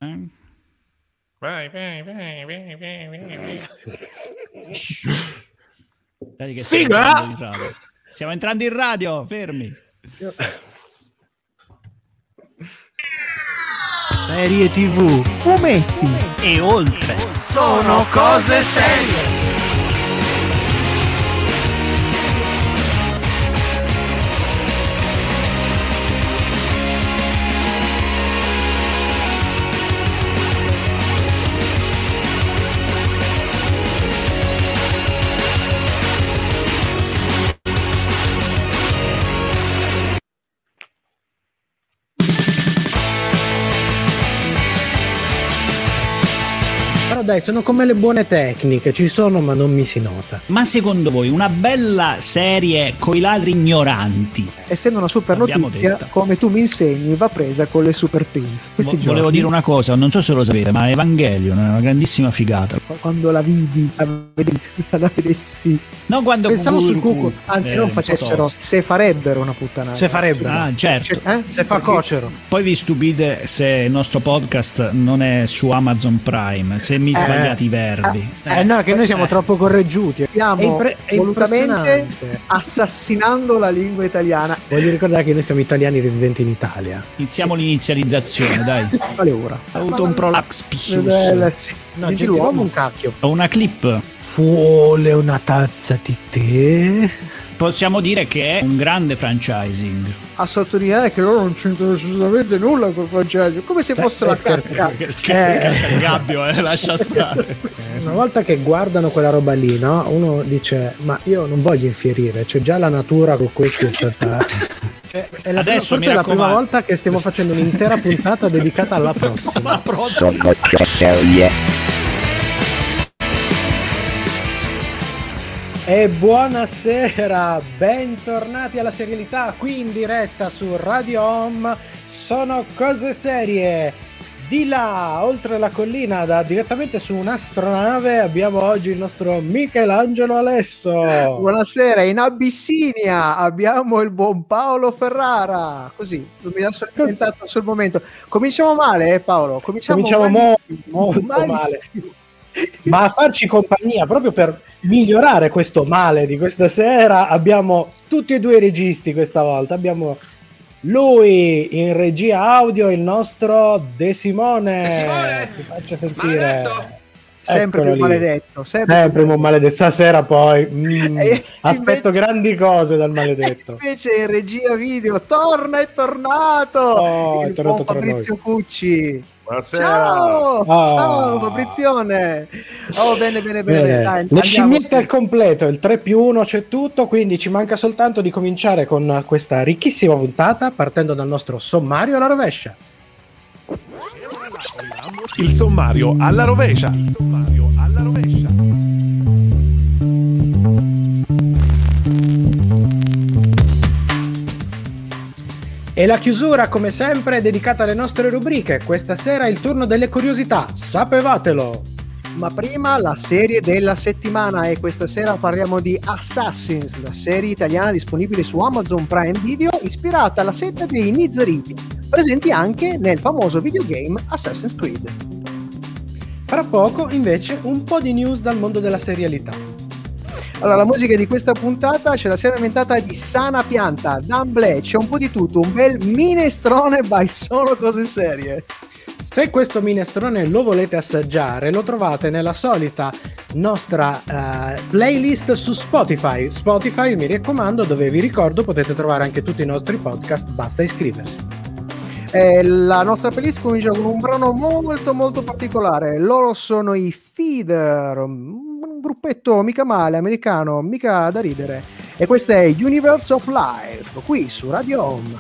Vai. Sigla! Stiamo entrando in radio, fermi. Serie TV, fumetti e oltre. Sono cose serie. Dai, sono come le buone tecniche, ci sono ma non mi si nota. Ma secondo voi una bella serie coi ladri ignoranti, essendo una super notizia, come tu mi insegni, va presa con le super pins? Volevo dire una cosa, non so se lo sapete, ma Evangelion è una grandissima figata. Quando la vidi, la vedessi, non quando pensavo sul cuco, anzi non facessero, se farebbero una puttanata. Se farebbero, certo, se fa cocero. Poi vi stupite se il nostro podcast non è su Amazon Prime, se mi sbagliate i verbi. No, che noi siamo troppo correggiuti. Stiamo volutamente assassinando la lingua italiana. Voglio ricordare che noi siamo italiani residenti in Italia. Iniziamo l'inizializzazione, dai. Quale ora? Ho avuto un prolapsus. No, gentiluomo un cacchio. Ho una clip. Vuole una tazza di tè? Possiamo dire che è un grande franchising. A sottolineare che loro non c'entrano assolutamente nulla col franchising, come se fosse la cacca. Scatta il gabbio, lascia stare. Una volta che guardano quella roba lì, no? Uno dice, ma io non voglio infierire, c'è già la natura con questi è stata... è la Adesso forse è la prima volta che stiamo facendo un'intera puntata dedicata alla prossima. La prossima. E buonasera, bentornati alla serialità qui in diretta su Radio Home. Sono cose serie. Di là, oltre la collina, direttamente su un'astronave, abbiamo oggi il nostro Michelangelo Alesso. Buonasera, in Abissinia abbiamo il buon Paolo Ferrara. Così, mi ha sollecitato sul momento. Cominciamo male, Paolo? Cominciamo molto male. Ma a farci compagnia, proprio per migliorare questo male di questa sera, abbiamo tutti e due i registi questa volta. Abbiamo lui in regia audio, il nostro De Simone. Si faccia sentire. Maledetto. Sempre più maledetto. Sempre più maledetto. Stasera poi aspetto grandi cose dal maledetto. Invece in regia video è tornato il buon Fabrizio Cucci. Buonasera. Ciao Fabrizione. Bene. Dai, le scimmiette al completo, il 3+1 c'è tutto, quindi ci manca soltanto di cominciare con questa ricchissima puntata partendo dal nostro sommario alla rovescia. Il sommario alla rovescia. E la chiusura, come sempre, è dedicata alle nostre rubriche. Questa sera è il turno delle curiosità, sapevatelo! Ma prima la serie della settimana, e questa sera parliamo di Assassins, la serie italiana disponibile su Amazon Prime Video, ispirata alla setta dei Nizariti, presenti anche nel famoso videogame Assassin's Creed. Fra poco, invece, un po' di news dal mondo della serialità. Allora, la musica di questa puntata ce la siamo inventata di sana pianta, d'amblè, c'è un po' di tutto, un bel minestrone by Sono Cose Serie. Se questo minestrone lo volete assaggiare, lo trovate nella solita nostra playlist su Spotify. Spotify, mi raccomando, dove vi ricordo potete trovare anche tutti i nostri podcast, basta iscriversi. La nostra playlist comincia con un brano molto molto particolare. Loro sono i Feeder, un gruppetto mica male, americano, mica da ridere. E questo è Universe of Life, qui su Radio Home.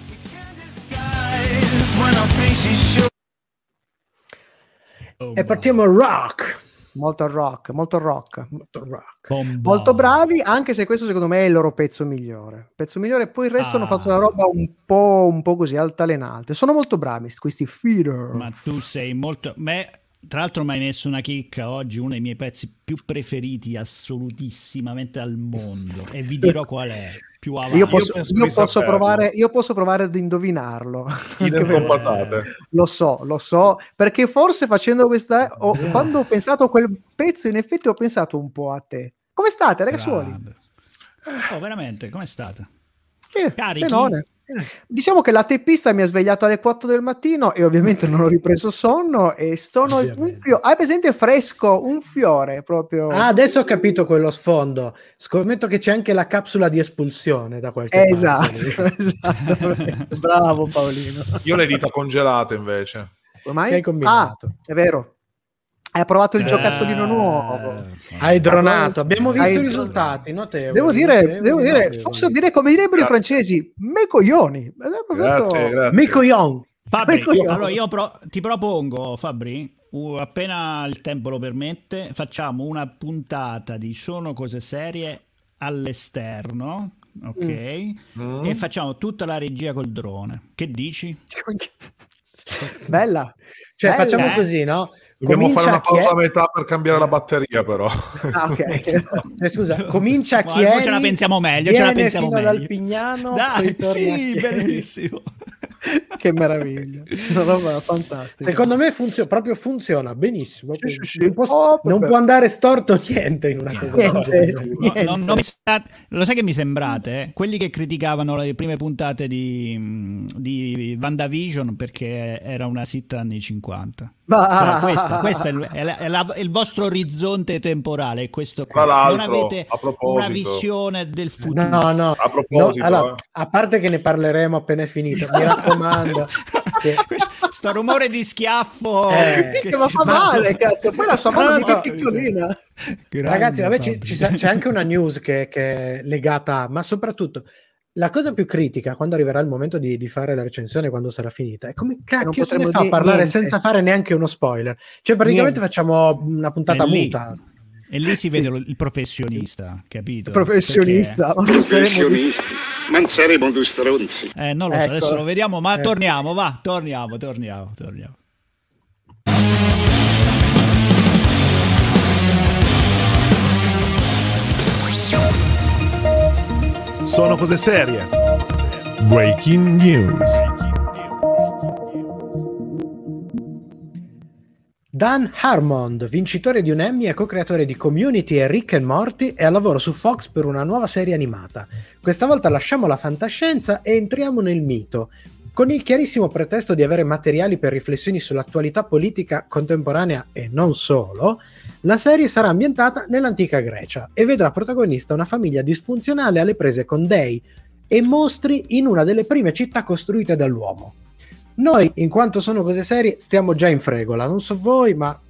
E partiamo rock. Molto rock. Molto bravi, anche se questo secondo me è il loro pezzo migliore. Poi il resto hanno fatto una roba un po' così altalenante. Sono molto bravi questi Feeder. Ma tu sei molto... Tra l'altro mi hai messo una chicca oggi, uno dei miei pezzi più preferiti assolutissimamente al mondo, e vi dirò qual è più avanti. Io posso provare ad indovinarlo. Lo so, perché forse facendo questa quando ho pensato a quel pezzo, in effetti ho pensato un po' a te. Come state, ragazzuoli? Oh, veramente, come state? Carichi? Diciamo che la teppista mi ha svegliato alle 4 del mattino e ovviamente non ho ripreso sonno e sono hai presente fresco, un fiore proprio. Adesso ho capito quello sfondo. Scommetto che c'è anche la capsula di espulsione da qualche parte. Esatto. Bravo Paolino. Io le dita congelate invece. Ormai? Che hai combinato? È vero. Hai provato il giocattolino nuovo. Hai dronato. Abbiamo visto i risultati notevoli. Devo dire, posso dire come direbbero i francesi, me coglioni. Grazie. Me coglion. Fabri, allora io ti propongo, Fabri, appena il tempo lo permette, facciamo una puntata di Sono cose serie all'esterno, ok? E facciamo tutta la regia col drone. Che dici? Bella. Cioè facciamo così, no? Dobbiamo fare una pausa a metà per cambiare la batteria, però. Scusa, comincia Chieri, ce la pensiamo meglio, fino dal Pignano. Dai, sì, bellissimo. Che meraviglia, una roba fantastica. Secondo me funziona benissimo. Non può andare storto niente in una cosa. Lo sai che mi sembrate? Quelli che criticavano le prime puntate di WandaVision perché era una sit anni 50. Cioè, questo è il vostro orizzonte temporale, è questo qua. Non avete una visione del futuro. No. A proposito, allora, a parte che ne parleremo appena è finito, mi raccomando. Sto rumore di schiaffo che ma fa male, cazzo. Poi la sua mano è piccolina. Ragazzi, vabbè, c'è anche una news che è legata, ma soprattutto la cosa più critica quando arriverà il momento di fare la recensione, quando sarà finita, è come cacchio se ne fa a parlare senza fare neanche uno spoiler. Cioè praticamente facciamo una puntata muta. E lì si vede il professionista, capito? Professionista, ma non saremo due stronzi. Non lo so, adesso lo vediamo, ma torniamo. Sono cose serie. Breaking news. Dan Harmon, vincitore di un Emmy e co-creatore di Community e Rick and Morty, è al lavoro su Fox per una nuova serie animata. Questa volta lasciamo la fantascienza e entriamo nel mito. Con il chiarissimo pretesto di avere materiali per riflessioni sull'attualità politica contemporanea e non solo, la serie sarà ambientata nell'antica Grecia e vedrà protagonista una famiglia disfunzionale alle prese con dei e mostri in una delle prime città costruite dall'uomo. Noi, in quanto sono cose serie, stiamo già in fregola, non so voi, ma...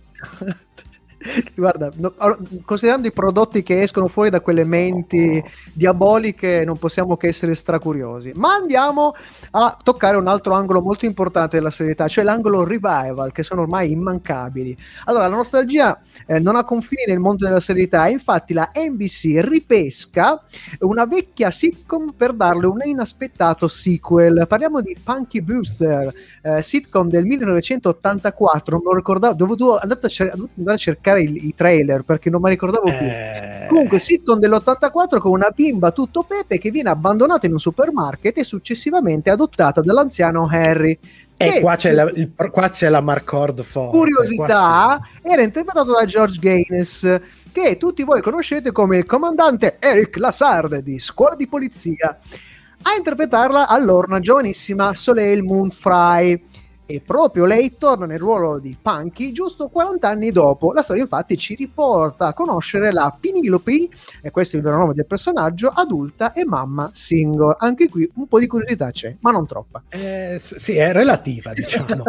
Guarda, considerando i prodotti che escono fuori da quelle menti diaboliche, non possiamo che essere stracuriosi. Ma andiamo a toccare un altro angolo molto importante della serietà, cioè l'angolo revival, che sono ormai immancabili. Allora, la nostalgia non ha confini nel mondo della serietà, e infatti la NBC ripesca una vecchia sitcom per darle un inaspettato sequel. Parliamo di Punky Brewster, sitcom del 1984. Non me lo ricordavo, dovevo andare a cercare i trailer perché non mi ricordavo più. Comunque, sitcom dell'84 con una bimba tutto pepe che viene abbandonata in un supermarket e successivamente adottata dall'anziano Harry. E qua c'è la Marcord forte. Curiosità, era interpretato da George Gaines, che tutti voi conoscete come il comandante Eric Lassard di Scuola di Polizia. A interpretarla allora una giovanissima Soleil Moon Frye. E proprio lei torna nel ruolo di Punky giusto 40 anni dopo. La storia infatti ci riporta a conoscere la Penelope, e questo è il vero nome del personaggio, adulta e mamma single. Anche qui un po' di curiosità c'è, ma non troppa. Sì, è relativa, diciamo.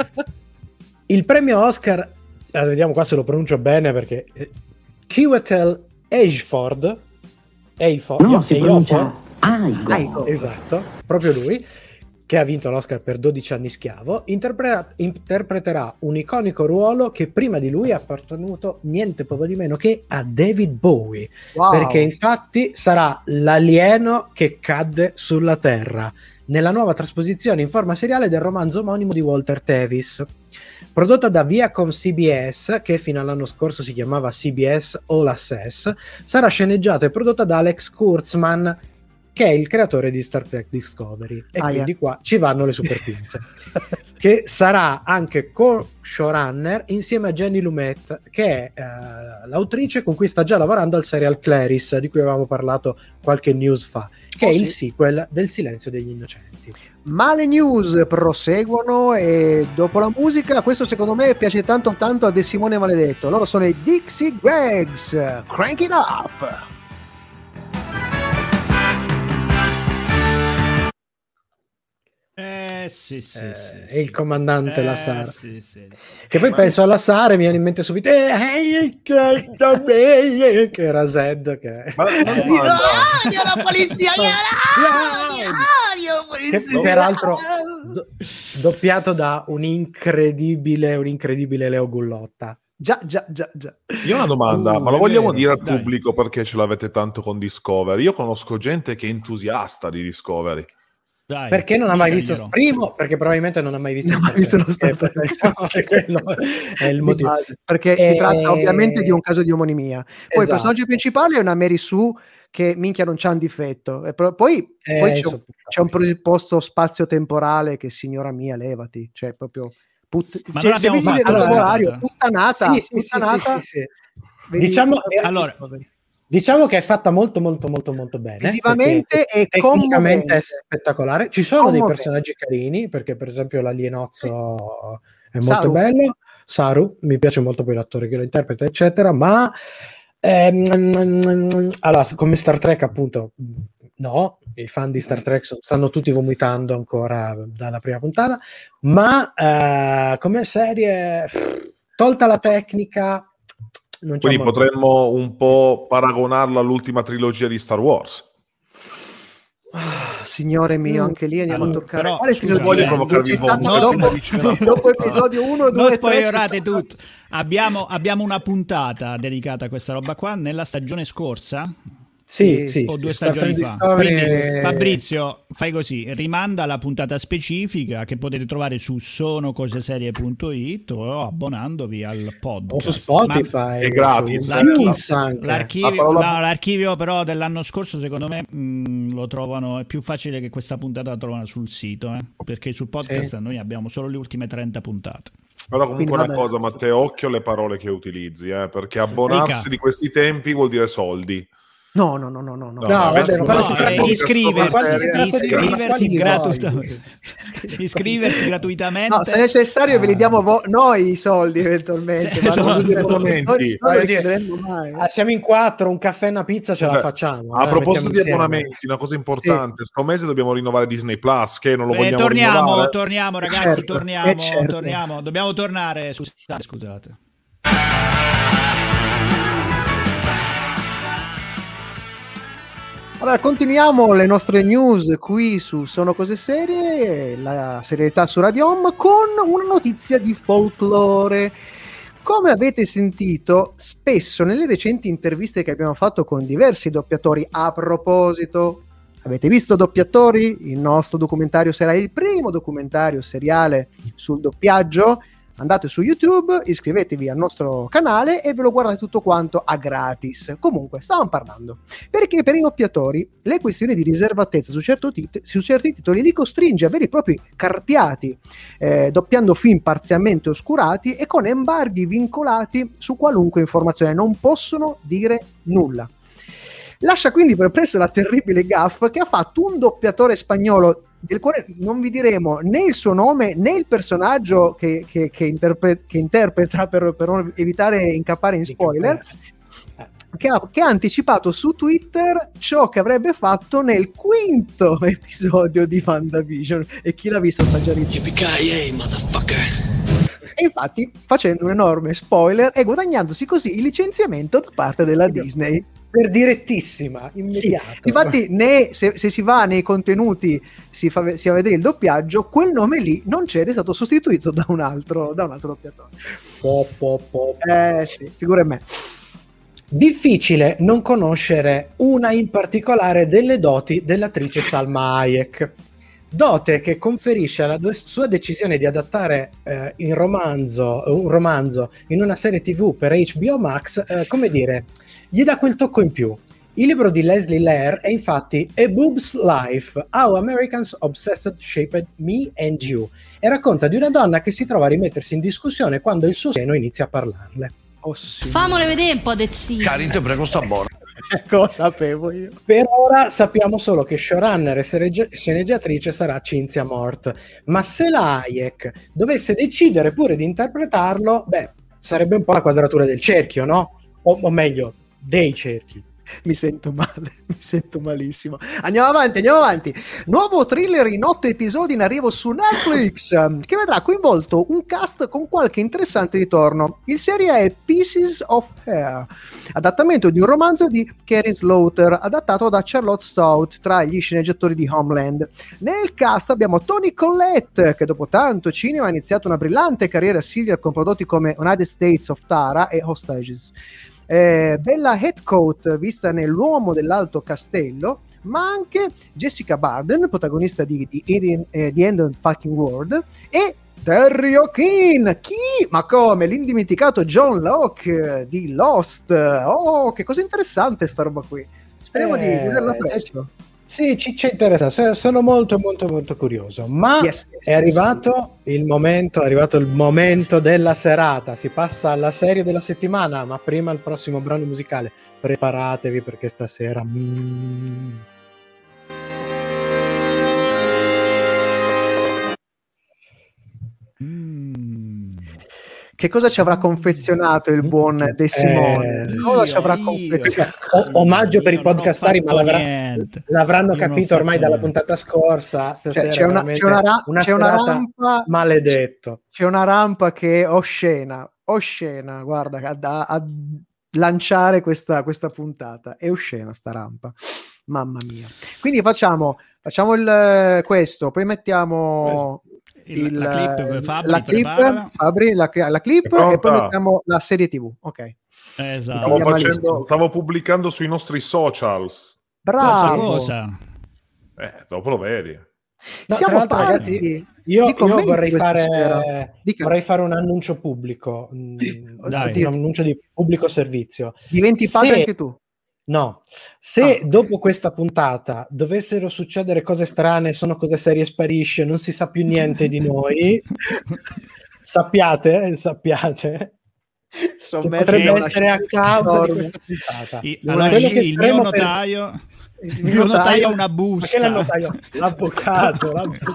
Il premio Oscar, vediamo qua se lo pronuncio bene perché Chiwetel Ejiofor, si pronuncia esatto, proprio lui, che ha vinto l'Oscar per 12 anni schiavo, interpreterà un iconico ruolo che prima di lui è appartenuto niente poco di meno che a David Bowie. Wow. Perché infatti sarà l'alieno che cadde sulla Terra nella nuova trasposizione in forma seriale del romanzo omonimo di Walter Tevis. prodotta da Viacom CBS, che fino all'anno scorso si chiamava CBS All Access, sarà sceneggiata e prodotta da Alex Kurtzman, che è il creatore di Star Trek Discovery, e quindi qua ci vanno le super pinze. Che sarà anche co-showrunner insieme a Jenny Lumet, che è l'autrice con cui sta già lavorando al serial Clarice, di cui avevamo parlato qualche news fa, che è il sequel del Silenzio degli Innocenti. Ma le news proseguono e dopo la musica, questo secondo me piace tanto a De Simone Maledetto. Loro sono i Dixie Dregs, Crank It Up! Sì. E il comandante Lassara. Sì. Che poi penso a Lassara e mi viene in mente subito che era Zed che... Odio la polizia! Che peraltro doppiato da un incredibile Leo Gullotta. Già. Io ho una domanda, ma lo vogliamo dire al pubblico perché ce l'avete tanto con Discovery? Io conosco gente che è entusiasta di Discovery. Dai, perché non ha mai visto primo? Perché probabilmente non ha mai visto lo Star Trek. Quello è il motivo. Perché si tratta ovviamente di un caso di omonimia. Poi il personaggio principale è una Mary Sue che minchia non c'ha un difetto. E poi c'è un presupposto spazio-temporale che, signora mia, levati. Cioè proprio ma non abbiamo fatto puttanata. Sì. Diciamo che è fatta molto bene, visivamente e tecnicamente è spettacolare. Ci sono dei personaggi carini, perché per esempio l'alienozzo è molto bello, Saru, mi piace molto poi l'attore che lo interpreta, eccetera, ma allora, come Star Trek appunto no, i fan di Star Trek stanno tutti vomitando ancora dalla prima puntata, ma come serie, tolta la tecnica, non c'è. Quindi potremmo un po' paragonarla all'ultima trilogia di Star Wars. Signore mio, anche lì andiamo a toccare. Però, non voglio provocarvi dopo episodio 1, 2, non spoilerate tutto. Abbiamo una puntata dedicata a questa roba qua nella stagione scorsa. Sì, o 2 stagioni fa. Quindi Fabrizio, fai così, rimanda la puntata specifica che potete trovare su sonocoseserie.it o abbonandovi al podcast. O su Spotify. È gratis. L'archivio però dell'anno scorso secondo me lo trovano, è più facile che questa puntata la trovano sul sito, perché sul podcast noi abbiamo solo le ultime 30 puntate. Però comunque una cosa, Matteo, occhio alle parole che utilizzi, perché abbonarsi di questi tempi vuol dire soldi. No. Iscriversi gratuitamente. No, se necessario ve li diamo noi i soldi eventualmente. Siamo in 4, un caffè e una pizza ce la facciamo. A proposito di abbonamenti, una cosa importante, sto mese dobbiamo rinnovare Disney Plus, che non lo vogliamo rinnovare. Torniamo ragazzi, torniamo. Dobbiamo tornare, scusate. Allora, continuiamo le nostre news qui su Sono Cose Serie, la serietà su Radio Home, con una notizia di folklore. Come avete sentito spesso nelle recenti interviste che abbiamo fatto con diversi doppiatori, a proposito, avete visto Doppiatori? Il nostro documentario sarà il primo documentario seriale sul doppiaggio. Andate su YouTube, iscrivetevi al nostro canale e ve lo guardate tutto quanto a gratis. Comunque, stavamo parlando perché per i doppiatori le questioni di riservatezza su certi titoli li costringe a veri e propri carpiati, doppiando film parzialmente oscurati e con embarghi vincolati su qualunque informazione. Non possono dire nulla. Lascia quindi perplessa la terribile gaffe che ha fatto un doppiatore spagnolo, del quale non vi diremo né il suo nome né il personaggio che interpreta per non evitare incappare in spoiler, che ha anticipato su Twitter ciò che avrebbe fatto nel 5º episodio di WandaVision, e chi l'ha visto sta già ridendo. E infatti facendo un enorme spoiler e guadagnandosi così il licenziamento da parte della Disney. Per direttissima, immediato. Sì. Infatti se si va nei contenuti si va a vedere il doppiaggio, quel nome lì non c'è ed è stato sostituito da un altro doppiatore. Sì, figura me. Difficile non conoscere una in particolare delle doti dell'attrice Salma Hayek. dote che conferisce alla sua decisione di adattare un romanzo in una serie TV per HBO Max, come dire, gli dà quel tocco in più. Il libro di Leslie Lear è infatti A Boob's Life, How Americans Obsessed Shaped Me and You, e racconta di una donna che si trova a rimettersi in discussione quando il suo seno inizia a parlarle. Oh, sì. Famole vedere un po' de zio. Cari, te prego, sta buono. Ecco, sapevo io. Per ora sappiamo solo che showrunner e sceneggiatrice sarà Cynthia Mort, ma se la Hayek dovesse decidere pure di interpretarlo, sarebbe un po' la quadratura del cerchio, no? O meglio, dei cerchi. Mi sento male, mi sento malissimo. Andiamo avanti. Nuovo thriller in 8 episodi in arrivo su Netflix, che vedrà coinvolto un cast con qualche interessante ritorno. Il serie è Pieces of Hair, adattamento di un romanzo di Karin Slaughter, adattato da Charlotte Stout, tra gli sceneggiatori di Homeland. Nel cast abbiamo Toni Collette, che dopo tanto cinema ha iniziato una brillante carriera serial con prodotti come United States of Tara e Hostages. Bella Heathcote, vista nell'Uomo dell'Alto Castello, ma anche Jessica Barden, protagonista di The End of the Fucking World, e Terry O'Quinn. Chi? Ma come? L'indimenticato John Locke di Lost. Oh, che cosa interessante sta roba qui. Speriamo di vederla presto. Sì, ci interessa, sono molto curioso, ma è arrivato il momento della serata, si passa alla serie della settimana, ma prima il prossimo brano musicale, preparatevi perché stasera Che cosa ci avrà confezionato il buon De Simone? Cosa ci avrà confezionato? Omaggio per i podcastari, ma l'avranno capito ormai dalla puntata scorsa. C'è una rampa, maledetto. C'è una rampa che è oscena, guarda, a lanciare questa puntata. È oscena sta rampa. Mamma mia. Quindi facciamo questo, poi mettiamo la clip e poi mettiamo la serie TV. Ok. Esatto. Stavo pubblicando sui nostri socials. Bravo. Cosa? Dopo lo vedi. No, tra l'altro, ragazzi, io vorrei fare un annuncio pubblico, un annuncio di pubblico servizio. Diventi padre anche tu. No, se dopo questa puntata dovessero succedere cose strane, sono cose serie, sparisce, non si sa più niente di noi, sappiate che potrebbe essere a causa di questa puntata. Allora, il mio notaio ha una busta. L'avvocato.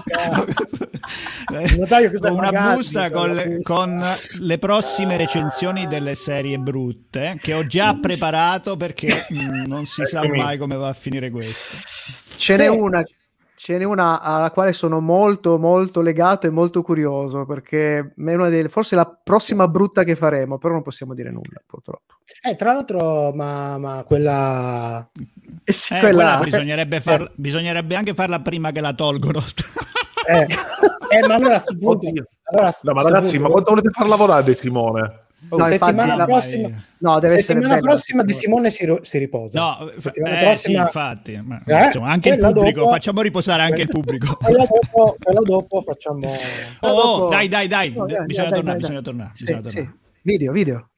Il notaio cosa una busta con le prossime recensioni delle serie brutte che ho già preparato, perché non si sa mai come va a finire questo. Ce n'è una alla quale sono molto legato e molto curioso, perché è una forse la prossima brutta che faremo, però non possiamo dire nulla purtroppo. Tra l'altro, ma quella bisognerebbe anche farla prima che la tolgono. Ma allora ma ragazzi, ma quanto volete far lavorare De Simone? Settimana prossima prossima Di Simone si riposa. No, sì, infatti. Insomma, anche il pubblico, dopo, facciamo riposare anche il pubblico. Quella dopo facciamo. Dai. Bisogna tornare. Sì. Video.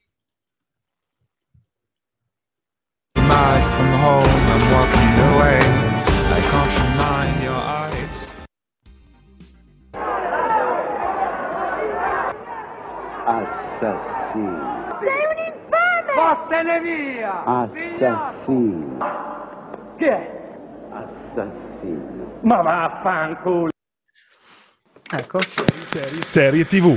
From home, I'm walking away. I can't remind your eyes. Assassino. Sei un infame! Vattene via! Assassino. Che è? Assassino. Ma vaffanculo. Ecco. Serie TV.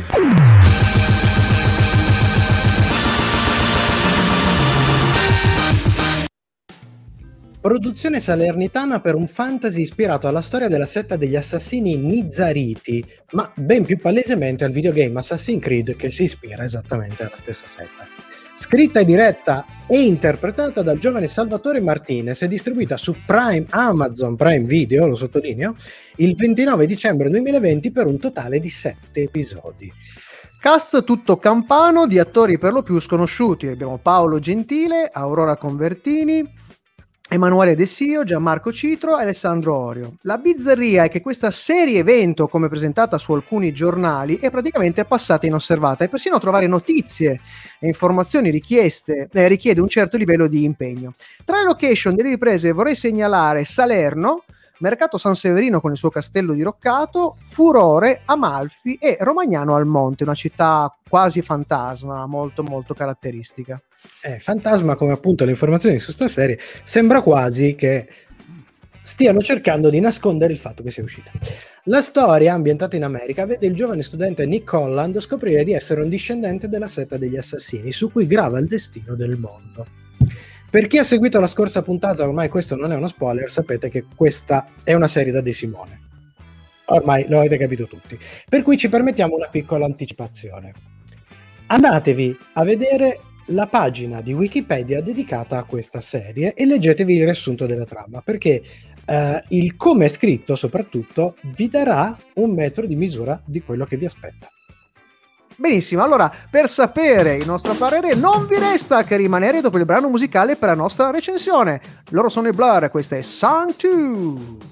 Produzione salernitana per un fantasy ispirato alla storia della setta degli assassini Nizzariti, ma ben più palesemente al videogame Assassin's Creed, che si ispira esattamente alla stessa setta. Scritta e diretta e interpretata dal giovane Salvatore Martinez e distribuita su Amazon Prime Video, lo sottolineo, il 29 dicembre 2020 per un totale di 7 episodi. Cast tutto campano di attori per lo più sconosciuti. Abbiamo Paolo Gentile, Aurora Convertini, Emanuele De Sio, Gianmarco Citro e Alessandro Orio. La bizzarria è che questa serie evento, come presentata su alcuni giornali, è praticamente passata inosservata e persino trovare notizie e informazioni richiede un certo livello di impegno. Tra le location delle riprese vorrei segnalare Salerno, Mercato San Severino con il suo castello diroccato, Furore, Amalfi e Romagnano al Monte, una città quasi fantasma, molto molto caratteristica. Fantasma, come appunto le informazioni su sta serie, sembra quasi che stiano cercando di nascondere il fatto che sia uscita. La storia, ambientata in America, vede il giovane studente Nick Holland scoprire di essere un discendente della setta degli assassini, su cui grava il destino del mondo. Per chi ha seguito la scorsa puntata, ormai questo non è uno spoiler, sapete che questa è una serie da De Simone. Ormai lo avete capito tutti. Per cui ci permettiamo una piccola anticipazione. Andatevi a vedere la pagina di Wikipedia dedicata a questa serie e leggetevi il riassunto della trama, perché il come è scritto soprattutto vi darà un metro di misura di quello che vi aspetta. Benissimo, allora per sapere il nostro parere non vi resta che rimanere dopo il brano musicale per la nostra recensione. Loro sono i Blur, questa è Song 2.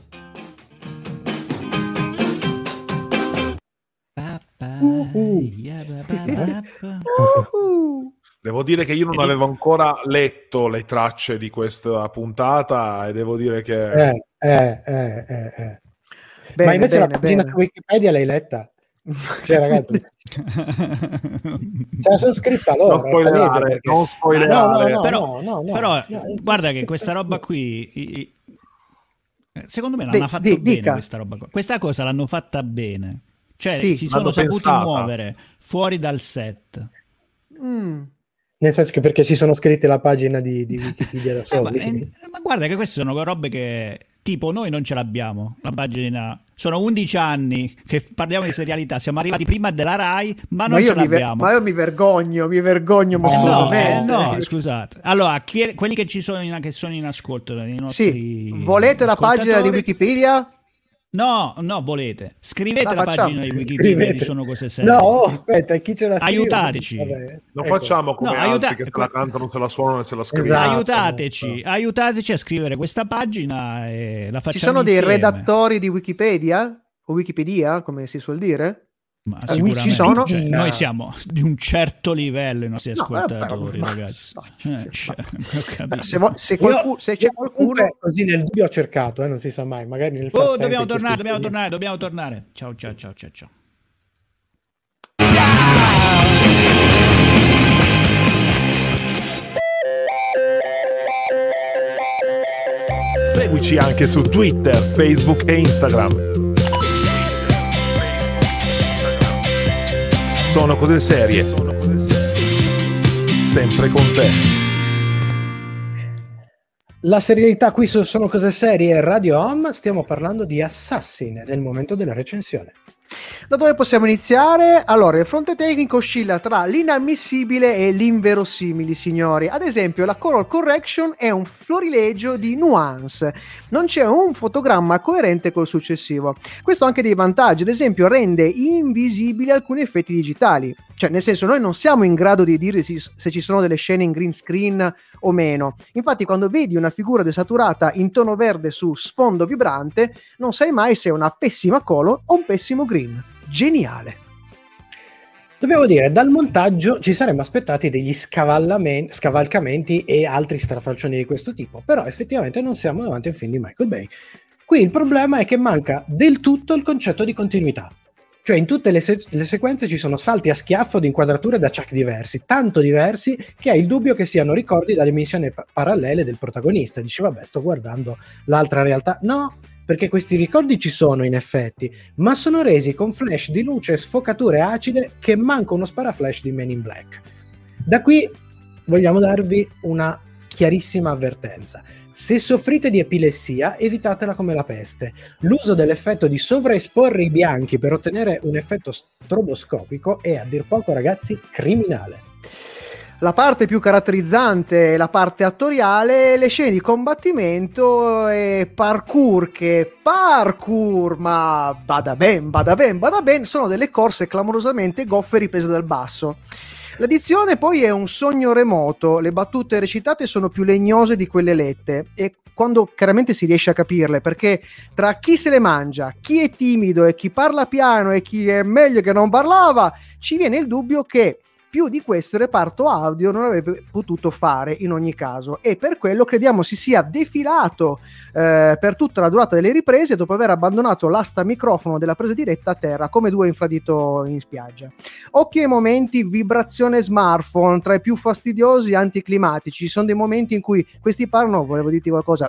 Devo dire che io non avevo ancora letto le tracce di questa puntata e devo dire che... Bene, ma invece la pagina su Wikipedia l'hai letta? Cioè ragazzi, se la sono scritta loro, non spoilerare, però guarda che questa roba qui secondo me l'hanno fatta bene questa roba qua. Questa cosa l'hanno fatta bene, cioè si sono saputi muovere fuori dal set. Nel senso che perché si sono scritte la pagina di Wikipedia da soli. Ma guarda che queste sono robe che tipo noi non ce l'abbiamo, la pagina. Sono 11 anni che parliamo di serialità, siamo arrivati prima della Rai, ma non ce l'abbiamo. Ma io mi vergogno mostruosamente. No, scusate. Allora, quelli che ci sono che sono in ascolto, i nostri volete la pagina di Wikipedia? No, volete. Scrivete la pagina di Wikipedia di Sono Cose Serie. No, aspetta, chi ce la scrive? Aiutateci. Non facciamo come altri che se la cantano, se la suonano e se la scrivono. Aiutateci a scrivere questa pagina e la facciamo. Ci sono insieme. dei redattori di Wikipedia o Wikipedia, come si suol dire? Ma sicuramente ci sono? Cioè, noi siamo di un certo livello i nostri ascoltatori, ragazzi. Se c'è qualcuno così nel dubbio ho cercato, non si sa mai, magari nel dobbiamo tornare. Ciao. Seguici anche su Twitter, Facebook e Instagram. Sono Cose Serie. Sempre con te. La serialità qui Sono Cose Serie Radio Home, stiamo parlando di Assassin nel momento della recensione. Da dove possiamo iniziare? Allora, il fronte tecnico oscilla tra l'inammissibile e l'inverosimile, signori. Ad esempio, la color correction è un florilegio di nuance. Non c'è un fotogramma coerente col successivo. Questo ha anche dei vantaggi, ad esempio rende invisibili alcuni effetti digitali. Cioè, nel senso, noi non siamo in grado di dire se ci sono delle scene in green screen o meno. Infatti, quando vedi una figura desaturata in tono verde su sfondo vibrante, non sai mai se è una pessima color o un pessimo green. Geniale. Dobbiamo dire, dal montaggio ci saremmo aspettati degli scavalcamenti e altri strafalcioni di questo tipo, però effettivamente non siamo davanti a un film di Michael Bay. Qui il problema è che manca del tutto il concetto di continuità. Cioè in tutte le sequenze ci sono salti a schiaffo di inquadrature da chuck diversi, tanto diversi che hai il dubbio che siano ricordi dalle missioni parallele del protagonista. Dici vabbè, sto guardando l'altra realtà. No, perché questi ricordi ci sono in effetti, ma sono resi con flash di luce e sfocature acide che manca uno sparaflash di Men in Black. Da qui vogliamo darvi una chiarissima avvertenza. Se soffrite di epilessia, evitatela come la peste. L'uso dell'effetto di sovraesporre i bianchi per ottenere un effetto stroboscopico è a dir poco, ragazzi, criminale. La parte più caratterizzante è la parte attoriale, le scene di combattimento e parkour, ma bada ben, sono delle corse clamorosamente goffe riprese dal basso. La dizione poi è un sogno remoto, le battute recitate sono più legnose di quelle lette e quando chiaramente si riesce a capirle, perché tra chi se le mangia, chi è timido e chi parla piano e chi è meglio che non parlava, ci viene il dubbio che più di questo il reparto audio non avrebbe potuto fare in ogni caso, e per quello crediamo si sia defilato per tutta la durata delle riprese dopo aver abbandonato l'asta microfono della presa diretta a terra come due infradito in spiaggia. Occhio ai momenti vibrazione smartphone, tra i più fastidiosi e anticlimatici. Ci sono dei momenti in cui questi parlano, volevo dirti qualcosa,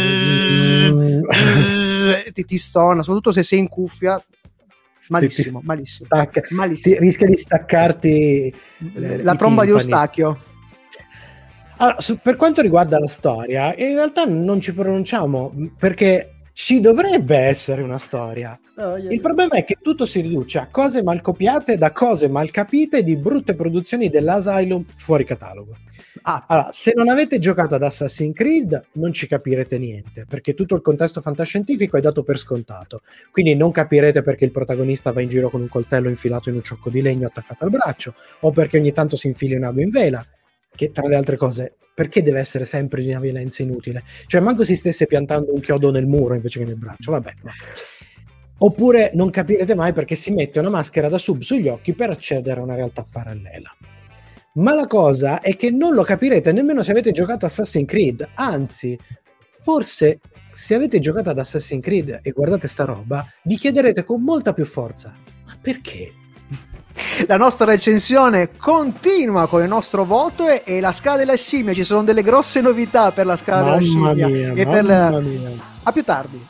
ti stona, soprattutto se sei in cuffia. Malissimo. Rischia di staccarti la tromba di Eustachio. Allora, per quanto riguarda la storia, in realtà non ci pronunciamo perché ci dovrebbe essere una storia. Il problema è che tutto si riduce a cose mal copiate da cose mal capite di brutte produzioni dell'Asylum fuori catalogo. Allora, se non avete giocato ad Assassin's Creed non ci capirete niente, perché tutto il contesto fantascientifico è dato per scontato, quindi non capirete perché il protagonista va in giro con un coltello infilato in un ciocco di legno attaccato al braccio, o perché ogni tanto si infili un ago in vela, che tra le altre cose, perché deve essere sempre di una violenza inutile? Cioè manco si stesse piantando un chiodo nel muro invece che nel braccio, vabbè. No. Oppure non capirete mai perché si mette una maschera da sub sugli occhi per accedere a una realtà parallela. Ma la cosa è che non lo capirete nemmeno se avete giocato Assassin's Creed, anzi, forse se avete giocato ad Assassin's Creed e guardate sta roba, vi chiederete con molta più forza, ma perché? La nostra recensione continua con il nostro voto e la scala della scimmia. Ci sono delle grosse novità per la scala della scimmia. Mia, e per mia. A più tardi.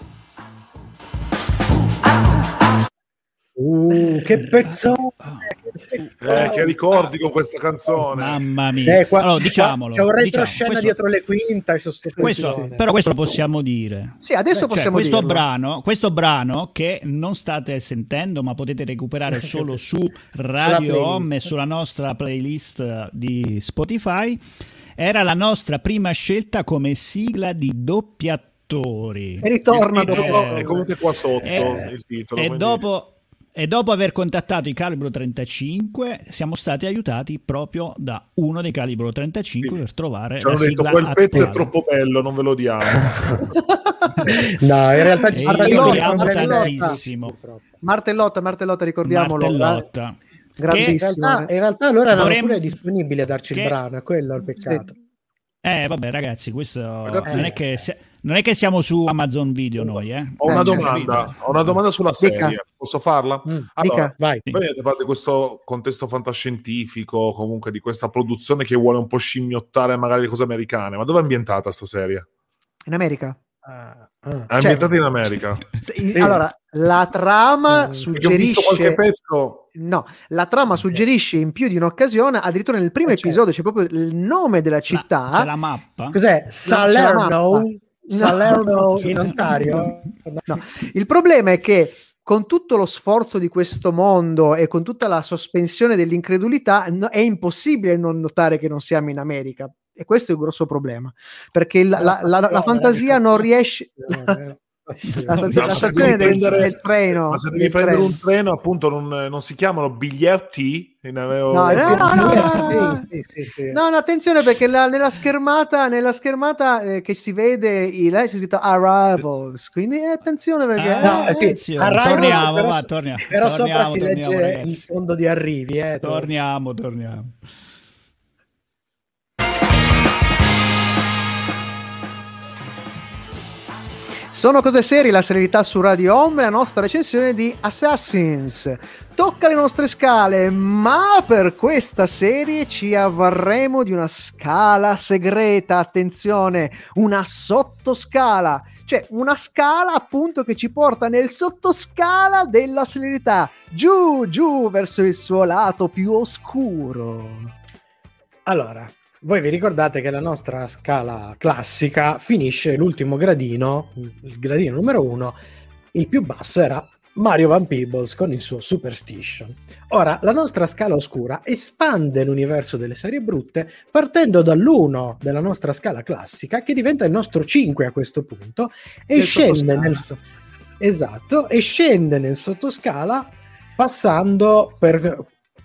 Che pezzone! Che ricordi con questa canzone, mamma mia. Allora, diciamolo, c'è un retroscena questo, dietro le quinte però questo lo possiamo dire. Sì, adesso possiamo questo dirlo. Questo brano che non state sentendo ma potete recuperare solo su Radio Home e sulla nostra playlist di Spotify, era la nostra prima scelta come sigla di doppiatori. E ritorna è comunque qua sotto il titolo. E dopo aver contattato i Calibro 35 siamo stati aiutati proprio da uno dei Calibro 35 per trovare la sigla quel attuale. pezzo è troppo bello, non ve lo diamo. No, in realtà ci amiamo tantissimo. Martellotta, ricordiamolo. Martellotta. Grandissimo. In realtà allora erano pure disponibili a darci il brano, è quello il peccato. Vabbè ragazzi, questo non è che siamo su Amazon Video noi, Ho una domanda sulla serie. Dica. Posso farla? Allora, vai. Vedete, parte questo contesto fantascientifico, comunque di questa produzione che vuole un po' scimmiottare magari le cose americane, ma dove è ambientata sta serie? In America. È ambientata in America. Sì. Allora, la trama suggerisce... Ho visto qualche pezzo... No, la trama suggerisce in più di un'occasione, addirittura nel primo episodio c'è proprio il nome della città. C'è la mappa? Cos'è? Salerno in Ontario? No. Il problema è che con tutto lo sforzo di questo mondo e con tutta la sospensione dell'incredulità è impossibile non notare che non siamo in America, e questo è il grosso problema, perché la fantasia non riesce... La stazione del treno. Ma se devi prendere un treno, appunto, non si chiamano biglietti? No, attenzione, perché nella schermata che si vede c'è scritto Arrivals, quindi attenzione perché torniamo. Però sopra si legge il fondo di arrivi. Torniamo. Sono cose serie, la serialità su Radio Home, la nostra recensione di Assassins. Tocca le nostre scale, ma per questa serie ci avvarremo di una scala segreta, attenzione, una sottoscala, cioè una scala appunto che ci porta nel sottoscala della serialità, giù verso il suo lato più oscuro. Allora, voi vi ricordate che la nostra scala classica finisce l'ultimo gradino, il gradino numero 1, il più basso era Mario Van Peebles con il suo Superstition. Ora, la nostra scala oscura espande l'universo delle serie brutte partendo dall'1 della nostra scala classica, che diventa il nostro 5 a questo punto, e scende scende nel sottoscala passando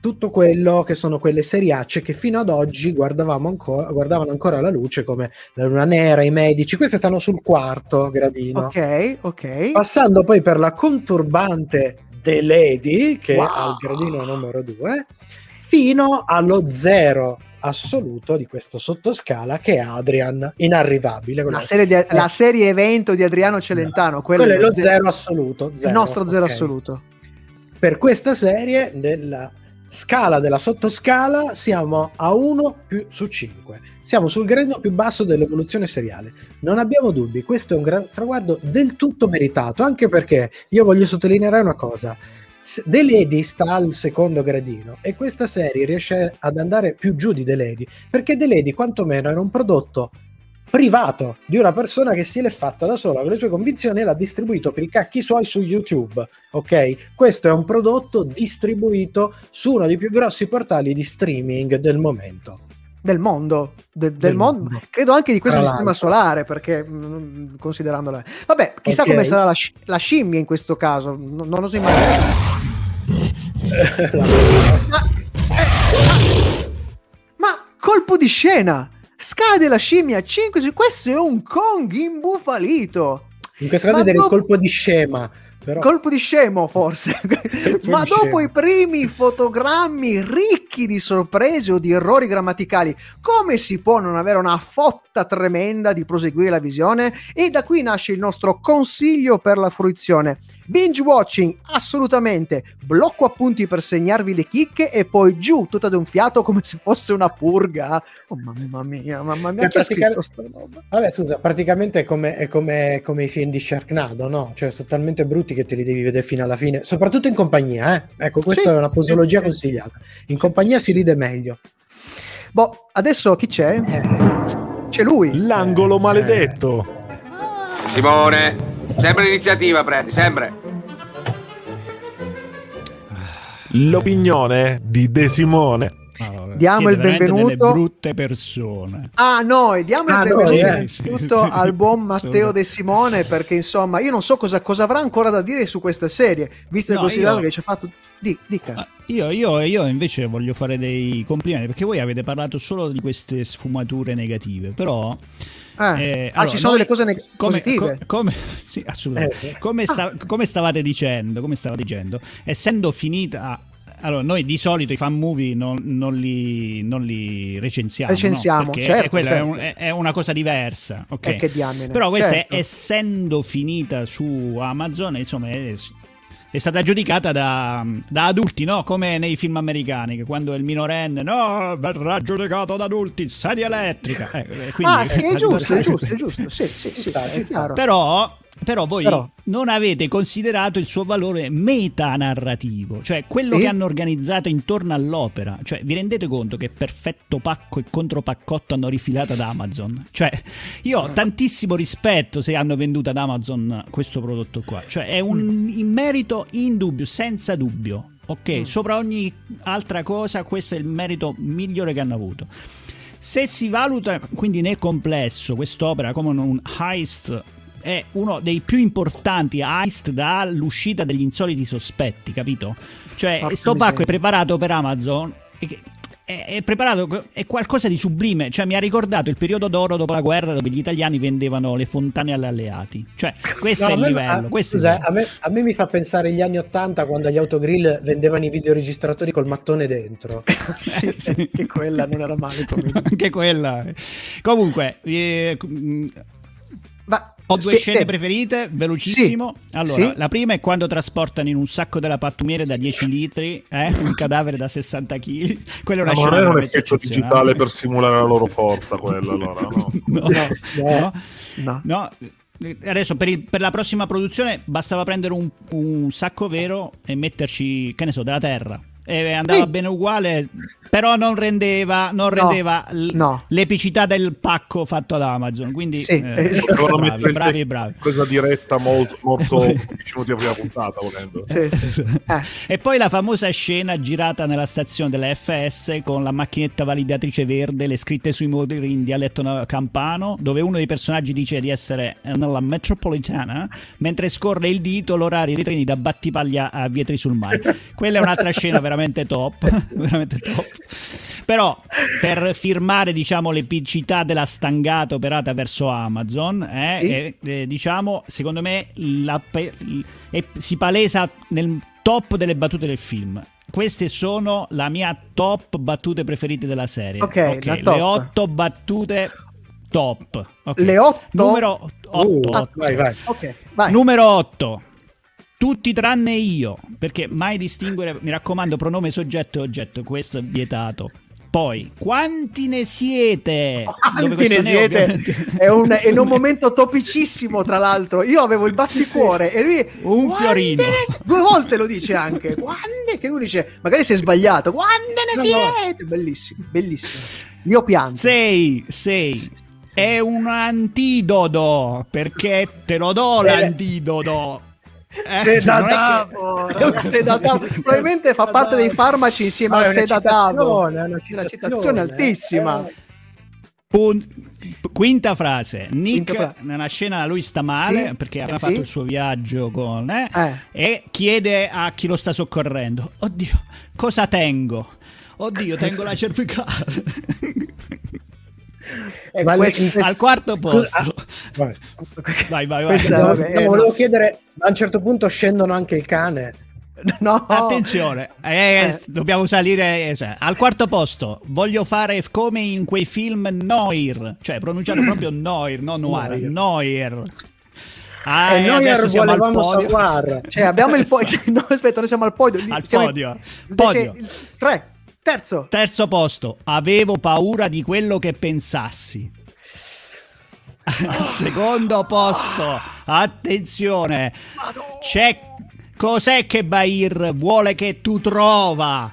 tutto quello che sono quelle seriacce che fino ad oggi guardavano ancora la luce, come La Luna Nera, I Medici. Queste stanno sul 4º gradino. Ok. Passando poi per la conturbante The Lady, che è al gradino numero 2, fino allo 0 assoluto di questo sottoscala, che è Adrian, inarrivabile. La serie evento di Adriano Celentano. Quello è lo 0 assoluto. Il nostro 0 assoluto. Per questa serie, nella scala della sottoscala, siamo a 1/5. Siamo sul gradino più basso dell'evoluzione seriale. Non abbiamo dubbi, questo è un traguardo del tutto meritato, anche perché io voglio sottolineare una cosa. The Lady sta al 2º gradino e questa serie riesce ad andare più giù di The Lady, perché The Lady quantomeno era un prodotto privato di una persona che si è fatta da sola con le sue convinzioni e l'ha distribuito per i cacchi suoi su YouTube, ok? Questo è un prodotto distribuito su uno dei più grossi portali di streaming del momento. Del mondo, del mondo, credo anche di questo sistema solare, perché considerandola. Vabbè, chissà come sarà la scimmia in questo caso, non oso immaginare. Ma colpo di scena! Scade la scimmia 5 questo è un Kong imbufalito. In questo caso direi colpo di scema. Però... colpo di scemo forse. Ma dopo i primi fotogrammi ricchi di sorprese o di errori grammaticali, come si può non avere una fotta tremenda di proseguire la visione? E da qui nasce il nostro consiglio per la fruizione: binge watching, assolutamente, blocco appunti per segnarvi le chicche e poi giù tutto ad un fiato come se fosse una purga. Oh mamma mia, chi ha scritto sta roba? Vabbè, scusa, praticamente è come i film di Sharknado, no? Cioè sono talmente brutti che te li devi vedere fino alla fine, soprattutto in compagnia, eh? Ecco, questa è una posologia consigliata. In compagnia si ride meglio. Boh, adesso chi c'è? C'è lui. L'angolo maledetto. Simone, sempre l'iniziativa, prendi, sempre. L'opinione di De Simone. Diamo il benvenuto. Delle brutte persone. Diamo il benvenuto al buon Matteo De Simone, perché insomma io non so cosa avrà ancora da dire su questa serie, visto e considerato che ci ha fatto. Dica. Io invece voglio fare dei complimenti, perché voi avete parlato solo di queste sfumature negative, però allora, ci sono delle cose positive. Sì, assolutamente. Come stavate dicendo, essendo finita. Allora, noi di solito i fan movie non li recensiamo, no? Perché certo. È una cosa diversa, ok? Che diamine. Però questa, certo, essendo finita su Amazon, insomma, è stata giudicata da adulti, no? Come nei film americani, che quando è il minorenne, no, verrà giudicato da adulti, sedia elettrica. Quindi, sì, è giusto. Sì, è chiaro. Però voi non avete considerato il suo valore metanarrativo, cioè quello che hanno organizzato intorno all'opera. Cioè, vi rendete conto che Perfetto Pacco e Contropaccotto hanno rifilato da Amazon? Cioè, io ho tantissimo rispetto se hanno venduto ad Amazon questo prodotto qua. Cioè, è un merito indubbio, senza dubbio. Ok, sopra ogni altra cosa, questo è il merito migliore che hanno avuto. Se si valuta quindi nel complesso quest'opera come un heist, è uno dei più importanti heist dall'uscita degli Insoliti Sospetti, capito? Cioè, sto pacco è preparato per Amazon, è preparato, è qualcosa di sublime. Cioè, mi ha ricordato il periodo d'oro dopo la guerra, dove gli italiani vendevano le fontane agli alleati. Cioè, questo è il livello. A me mi fa pensare agli anni '80, quando agli autogrill vendevano i videoregistratori col mattone dentro. sì, che quella non era male. Anche quella. Comunque, ho due scene preferite, velocissimo. Sì, allora, la prima è quando trasportano in un sacco della pattumiere da 10 litri un cadavere da 60 kg. Quella è una scena. Non era un effetto digitale per simulare la loro forza, quella, allora, no. Adesso per la prossima produzione bastava prendere un sacco vero e metterci, che ne so, della terra. E andava bene uguale, però non rendeva l'epicità del pacco fatto ad Amazon, quindi bravi. Questa diretta molto 10 minuti a prima puntata, volendo. E poi la famosa scena girata nella stazione della FS con la macchinetta validatrice verde, le scritte sui muri in dialetto campano, dove uno dei personaggi dice di essere nella metropolitana mentre scorre il dito l'orario dei treni da Battipaglia a Vietri sul Mare. Quella è un'altra scena veramente veramente top, veramente top. Però per firmare, diciamo, l'epicità della stangata operata verso Amazon, diciamo, secondo me si palesa nel top delle battute del film. Queste sono la mia top battute preferite della serie. Ok, la top. Le 8 battute top. Okay. Le 8? Numero 8. Vai. Ok, vai. Numero 8. Tutti tranne io, perché mai distinguere, mi raccomando, pronome soggetto e oggetto, questo è vietato. Poi, quanti ne siete? Quanti ne siete? È in un momento topicissimo, tra l'altro. Io avevo il batticuore e lui un fiorino. 2 volte lo dice anche. Quante? Che lui dice, magari si è sbagliato. Quante ne siete? Bellissimo, bellissimo. Io pianto. 6. È un antidoto, perché te lo do l'antidoto. Sedativo. Probabilmente fa parte dei farmaci insieme al sedativo. È una citazione altissima. Quinta frase. Nick nella scena lui sta male perché ha fatto il suo viaggio con e chiede a chi lo sta soccorrendo: oddio, cosa tengo? Oddio, tengo la cervicale. Al quarto posto. Vai. Volevo chiedere, a un certo punto scendono anche il cane. No. Attenzione, dobbiamo salire. Al quarto posto voglio fare come in quei film noir, cioè pronunciato proprio noir, non noir. Noir. Noi volevamo salvarlo. Cioè abbiamo il podio. No, aspetta, noi siamo al podio. Podio. 3. Terzo posto. Avevo paura di quello che pensassi. Secondo posto. Attenzione. Cos'è che Bahir vuole che tu trova?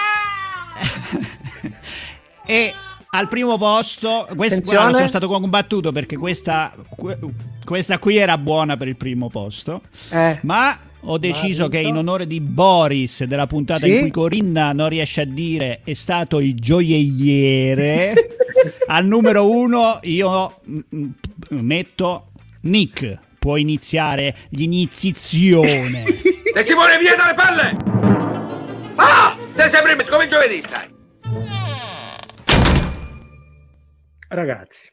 E al primo posto, sono stato combattuto perché questa qui era buona per il primo posto, ma ho deciso che in onore di Boris, della puntata in cui Corinna non riesce a dire è stato il gioielliere, al numero 1 io metto Nick. Può iniziare l'iniziazione. E Simone, via dalle palle! Sei sempre come giovedì stai. Ragazzi,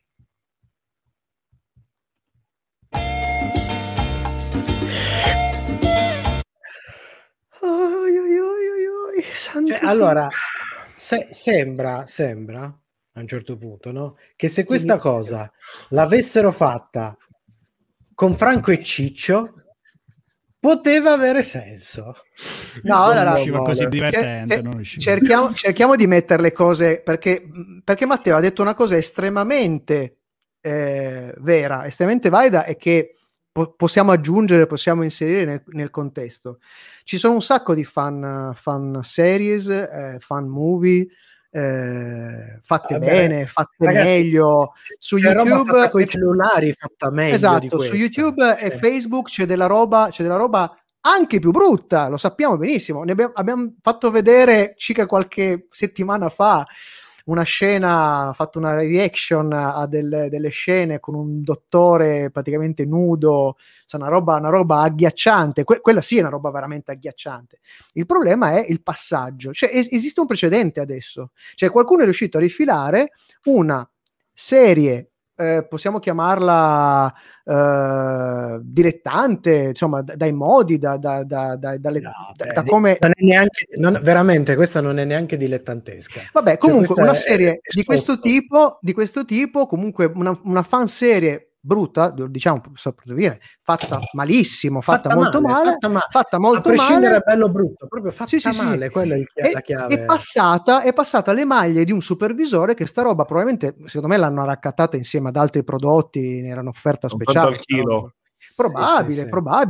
allora sembra a un certo punto, no? Che se questa cosa l'avessero fatta con Franco e Ciccio poteva avere senso. No, allora così divertente. Cerchiamo di mettere le cose perché Matteo ha detto una cosa estremamente vera, estremamente valida e che possiamo aggiungere, possiamo inserire nel contesto. Ci sono un sacco di fan series, fan movie fatte bene, fatte meglio su YouTube con i cellulari, fatta meglio. Esatto, su YouTube e Facebook c'è della roba anche più brutta, lo sappiamo benissimo. Abbiamo fatto vedere circa qualche settimana fa una scena, fatto una reaction a delle scene con un dottore praticamente nudo, una roba agghiacciante. Quella sì è una roba veramente agghiacciante. Il problema è il passaggio, cioè esiste un precedente adesso, cioè qualcuno è riuscito a rifilare una serie, possiamo chiamarla dilettante, insomma, dai modi, da come veramente questa non è neanche dilettantesca. Vabbè, comunque una serie di questo tipo, comunque una fan serie brutta, diciamo, fatta malissimo, fatta molto male, a prescindere da bello brutto, proprio fatta male, quella è la chiave. È passata alle maglie di un supervisore che sta roba probabilmente, secondo me, l'hanno raccattata insieme ad altri prodotti, ne era un'offerta speciale. Al chilo. Probabile.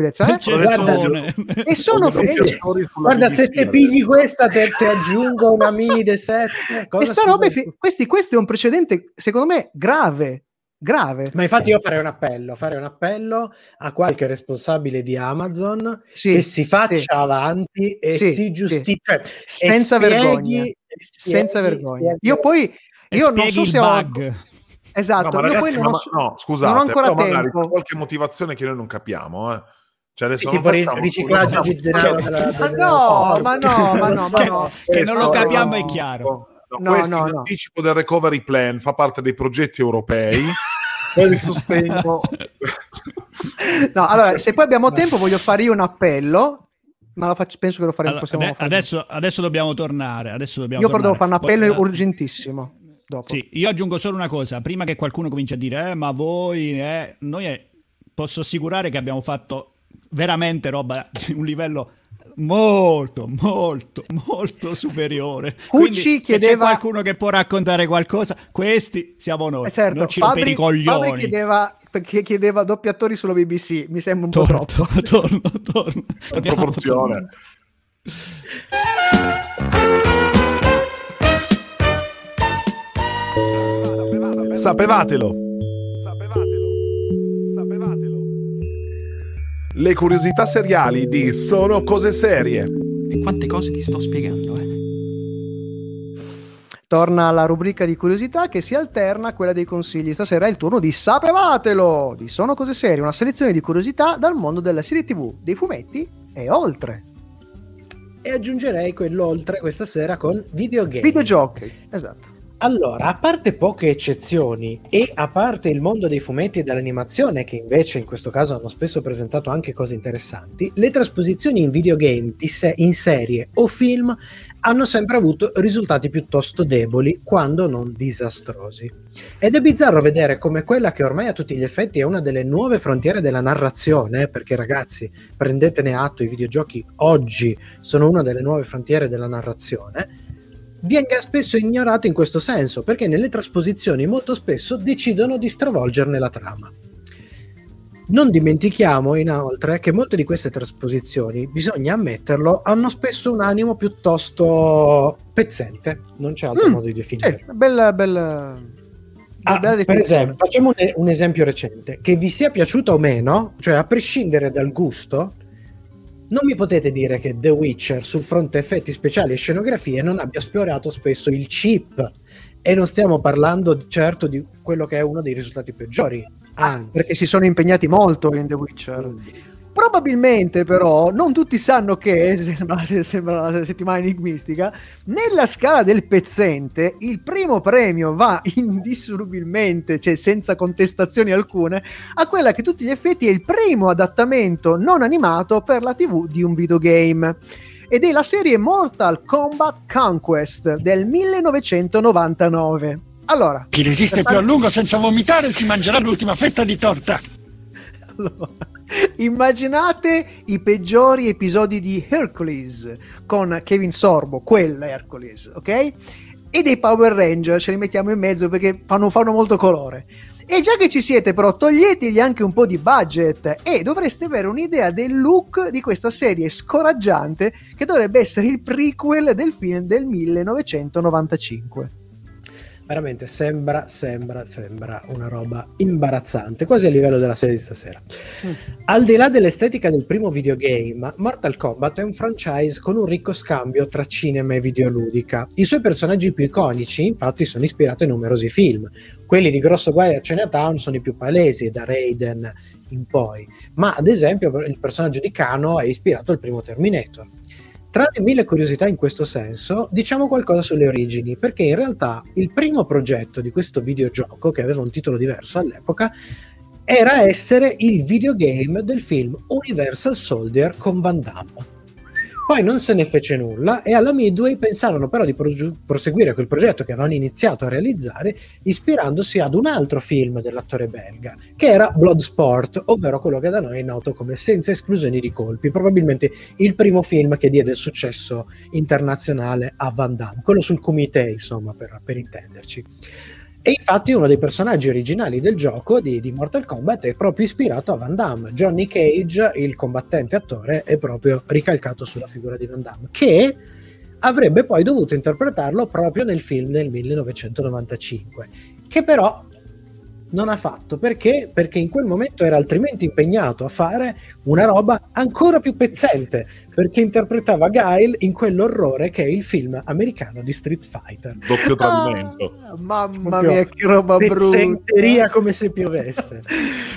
E sono guarda, se te pigli questa te aggiungo una mini D7. Questo è un precedente, secondo me, grave. Ma infatti io farei un appello a qualche responsabile di Amazon che si faccia avanti e si giustifichi senza vergogna. Io non so se bug. Esatto, no, ma ragazzi, scusate, non ho ancora però magari tempo. c'è qualche motivazione che noi non capiamo, Cioè adesso tipo riciclaggio di denaro ma no, che non lo capiamo, è chiaro. L'anticipo del recovery plan fa parte dei progetti europei per il sostegno. No, allora, se poi abbiamo tempo voglio fare io un appello, ma penso che lo faremo. Adesso dobbiamo tornare. Io però devo fare un appello urgentissimo. Dopo. Sì, io aggiungo solo una cosa, prima che qualcuno cominci a dire ma voi, noi posso assicurare che abbiamo fatto veramente roba di un livello molto superiore. Quindi se c'è qualcuno che può raccontare qualcosa, questi siamo noi. Certo. Non ci rompere i coglioni. Fabri chiedeva doppiatori sulla BBC, mi sembra un po' troppo. Torno. In proporzione. Sapevatelo. Le curiosità seriali di Sono Cose Serie. E quante cose ti sto spiegando, Torna alla rubrica di curiosità che si alterna a quella dei consigli. Stasera è il turno di Sapevatelo, di Sono Cose Serie, una selezione di curiosità dal mondo della serie TV, dei fumetti e oltre. E aggiungerei quello oltre questa sera con videogiochi, esatto. Allora, a parte poche eccezioni e a parte il mondo dei fumetti e dell'animazione, che invece in questo caso hanno spesso presentato anche cose interessanti, le trasposizioni in videogame in serie o film hanno sempre avuto risultati piuttosto deboli, quando non disastrosi. Ed è bizzarro vedere come quella che ormai a tutti gli effetti è una delle nuove frontiere della narrazione, perché ragazzi, prendetene atto, i videogiochi oggi sono una delle nuove frontiere della narrazione, venga spesso ignorato in questo senso, perché nelle trasposizioni molto spesso decidono di stravolgerne la trama. Non dimentichiamo inoltre che molte di queste trasposizioni, bisogna ammetterlo, hanno spesso un animo piuttosto pezzente, non c'è altro modo di definire. Bella per esempio, facciamo un esempio recente, che vi sia piaciuto o meno, cioè a prescindere dal gusto, non mi potete dire che The Witcher sul fronte effetti speciali e scenografie non abbia esplorato spesso il cheap, e non stiamo parlando certo di quello che è uno dei risultati peggiori, anzi, perché si sono impegnati molto in The Witcher. Probabilmente però non tutti sanno che, sembra una settimana enigmistica, nella scala del pezzente il primo premio va indissolubilmente, cioè senza contestazioni alcune, a quella che a tutti gli effetti è il primo adattamento non animato per la TV di un videogame, ed è la serie Mortal Kombat Conquest del 1999. Allora, chi resiste più a lungo senza vomitare si mangerà l'ultima fetta di torta. Allora, immaginate i peggiori episodi di Hercules con Kevin Sorbo, quella Hercules, ok? E dei Power Ranger, ce li mettiamo in mezzo perché fanno molto colore. E già che ci siete, però, toglietegli anche un po' di budget e dovreste avere un'idea del look di questa serie scoraggiante che dovrebbe essere il prequel del film del 1995. Veramente sembra una roba imbarazzante, quasi a livello della serie di stasera. Al di là dell'estetica del primo videogame, Mortal Kombat è un franchise con un ricco scambio tra cinema e videoludica. I suoi personaggi più iconici, infatti, sono ispirati a numerosi film. Quelli di Grosso Guai a Chinatown sono i più palesi, da Raiden in poi, ma ad esempio il personaggio di Kano è ispirato al primo Terminator. Tra le mille curiosità in questo senso, diciamo qualcosa sulle origini, perché in realtà il primo progetto di questo videogioco, che aveva un titolo diverso all'epoca, era essere il videogame del film Universal Soldier con Van Damme. Poi non se ne fece nulla e alla Midway pensarono però di proseguire quel progetto che avevano iniziato a realizzare ispirandosi ad un altro film dell'attore belga, che era Bloodsport, ovvero quello che da noi è noto come Senza esclusioni di colpi, probabilmente il primo film che diede il successo internazionale a Van Damme, quello sul Kumite, insomma, per intenderci. E infatti uno dei personaggi originali del gioco di Mortal Kombat è proprio ispirato a Van Damme. Johnny Cage, il combattente attore, è proprio ricalcato sulla figura di Van Damme, che avrebbe poi dovuto interpretarlo proprio nel film del 1995, che però non ha fatto. Perché? Perché in quel momento era altrimenti impegnato a fare una roba ancora più pezzente, perché interpretava Guile in quell'orrore che è il film americano di Street Fighter. Doppio tradimento. Mamma mia, che roba brutta. Pezzenteria come se piovesse.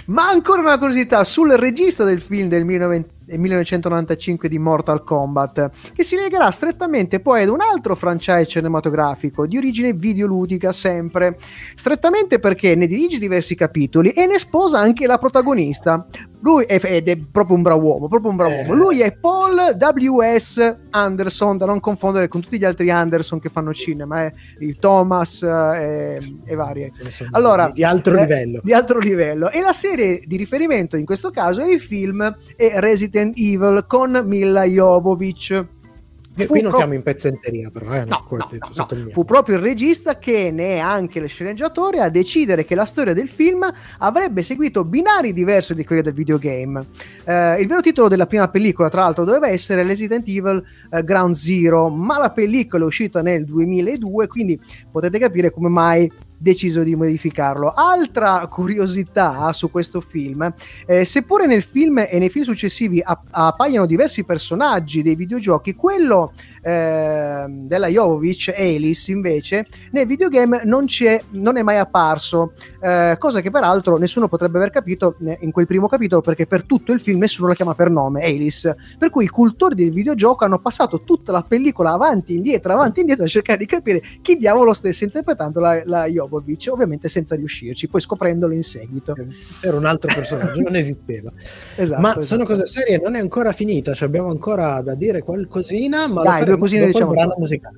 Ma ancora una curiosità sul regista del film del 1995 di Mortal Kombat, che si legherà strettamente poi ad un altro franchise cinematografico di origine videoludica, sempre strettamente perché ne dirige diversi capitoli e ne sposa anche la protagonista. Lui ed è proprio un bravo uomo, lui è Paul W.S. Anderson, da non confondere con tutti gli altri Anderson che fanno cinema, il Thomas e vari. Allora, di altro livello. E la serie di riferimento in questo caso è il film Resident Evil con Milla Jovovich. Qui non siamo in pezzenteria, però no. Fu proprio il regista che ne è anche lo sceneggiatore a decidere che la storia del film avrebbe seguito binari diversi di quelli del videogame. Il vero titolo della prima pellicola, tra l'altro, doveva essere Resident Evil Ground Zero, ma la pellicola è uscita nel 2002, quindi potete capire come mai deciso di modificarlo. Altra curiosità su questo film, seppure nel film e nei film successivi appaiono diversi personaggi dei videogiochi, quello della Jovovich, Alice, invece nel videogame non è mai apparso, cosa che peraltro nessuno potrebbe aver capito in quel primo capitolo, perché per tutto il film nessuno la chiama per nome, Alice, per cui i cultori del videogioco hanno passato tutta la pellicola avanti e indietro a cercare di capire chi diavolo stesse interpretando la Jovovich, ovviamente senza riuscirci, poi scoprendolo in seguito. Era un altro personaggio, non esisteva. Esatto. Sono cose serie, non è ancora finita, cioè abbiamo ancora da dire qualcosina, ma dai, due cosine diciamo. Brano musicale.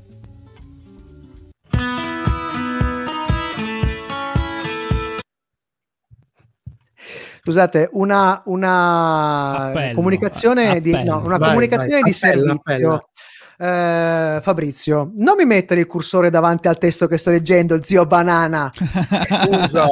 Scusate, una comunicazione di servizio. Appello. Fabrizio, non mi mettere il cursore davanti al testo che sto leggendo, zio Banana. Scusa.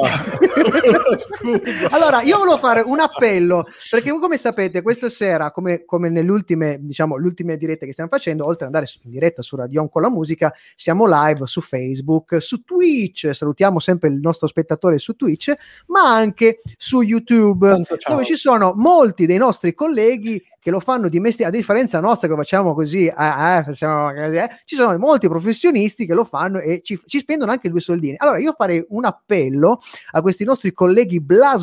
Allora, io volevo fare un appello, perché come sapete questa sera, come nelle ultime dirette che stiamo facendo, oltre ad andare in diretta su Radion con la musica, siamo live su Facebook, su Twitch, salutiamo sempre il nostro spettatore su Twitch, ma anche su YouTube, dove ci sono molti dei nostri colleghi che lo fanno di mestiere, a differenza nostra che lo facciamo così, ci sono molti professionisti che lo fanno e ci spendono anche 2 soldini. Allora io farei un appello a questi nostri colleghi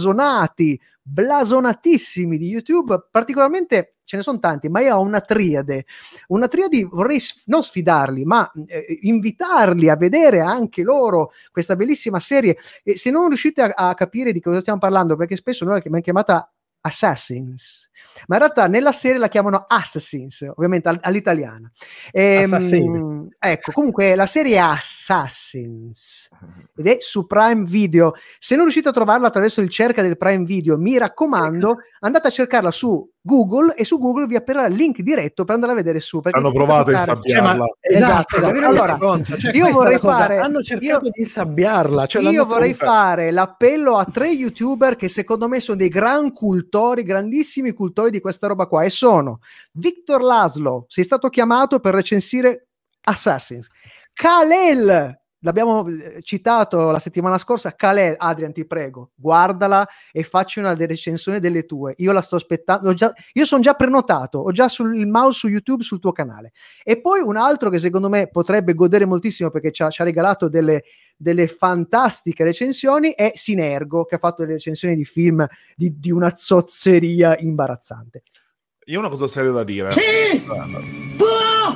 blasonatissimi di YouTube, particolarmente ce ne sono tanti, ma io ho una triade, vorrei non sfidarli, ma invitarli a vedere anche loro questa bellissima serie, e se non riuscite a capire di cosa stiamo parlando, perché spesso noi l'abbiamo chiamata Assassins, ma in realtà nella serie la chiamano Assassins, ovviamente all'italiana. Ecco, comunque la serie è Assassins ed è su Prime Video. Se non riuscite a trovarla attraverso il cerca del Prime Video, mi raccomando, andate a cercarla su Google e su Google vi apparirà il link diretto per andare a vedere su. Hanno provato a insabbiarla. Esatto. Allora, io vorrei fare. Hanno cercato di insabbiarla. Io vorrei fare l'appello a 3 YouTuber che secondo me sono dei grandissimi cultori di questa roba qua, e sono Victor Laszlo, sei stato chiamato per recensire Assassins. Kalel, l'abbiamo citato la settimana scorsa. Kalel, Adrian, ti prego, guardala e facci una recensione delle tue. Io la sto aspettando, io sono già prenotato, ho già il mouse su YouTube sul tuo canale. E poi un altro che secondo me potrebbe godere moltissimo perché ci ha regalato delle fantastiche recensioni è Sinergo, che ha fatto delle recensioni di film di una zozzeria imbarazzante. Io ho una cosa seria da dire. Sì! Può